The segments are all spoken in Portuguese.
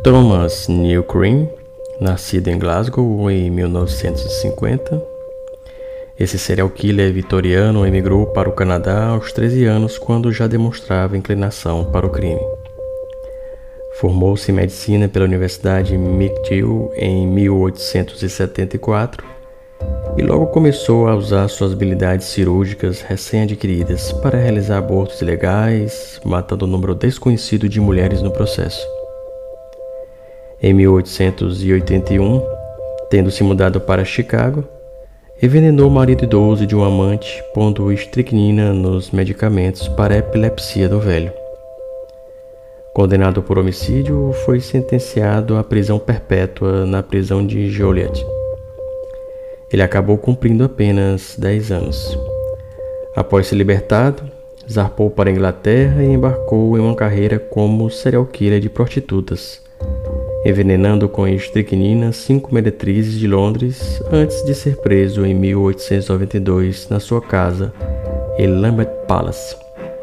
Thomas Neil Cream, nascido em Glasgow em 1950, esse serial killer vitoriano emigrou para o Canadá aos 13 anos quando já demonstrava inclinação para o crime. Formou-se em medicina pela Universidade McGill em 1874 e logo começou a usar suas habilidades cirúrgicas recém-adquiridas para realizar abortos ilegais, matando um número desconhecido de mulheres no processo. Em 1881, tendo se mudado para Chicago, envenenou o marido idoso de um amante, pondo estricnina nos medicamentos para a epilepsia do velho. Condenado por homicídio, foi sentenciado à prisão perpétua na prisão de Joliet. Ele acabou cumprindo apenas 10 anos. Após ser libertado, zarpou para a Inglaterra e embarcou em uma carreira como serial killer de prostitutas, envenenando com estricnina 5 meretrizes de Londres antes de ser preso em 1892 na sua casa em Lambeth Palace.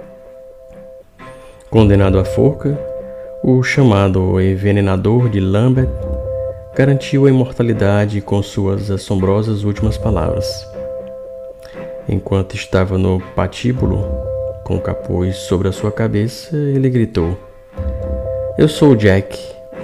Condenado à forca, o chamado envenenador de Lambeth garantiu a imortalidade com suas assombrosas últimas palavras. Enquanto estava no patíbulo, com o capuz sobre a sua cabeça, ele gritou: "Eu sou Jack",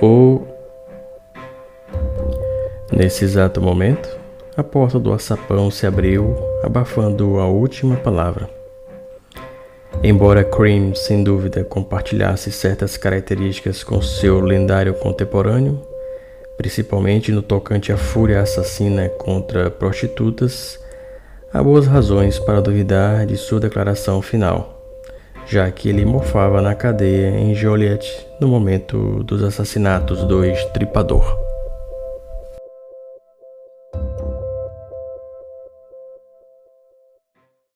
Nesse exato momento, a porta do alçapão se abriu, abafando a última palavra. Embora Cream, sem dúvida, compartilhasse certas características com seu lendário contemporâneo, principalmente no tocante à fúria assassina contra prostitutas, há boas razões para duvidar de sua declaração final, já que ele mofava na cadeia em Joliet no momento dos assassinatos do estripador.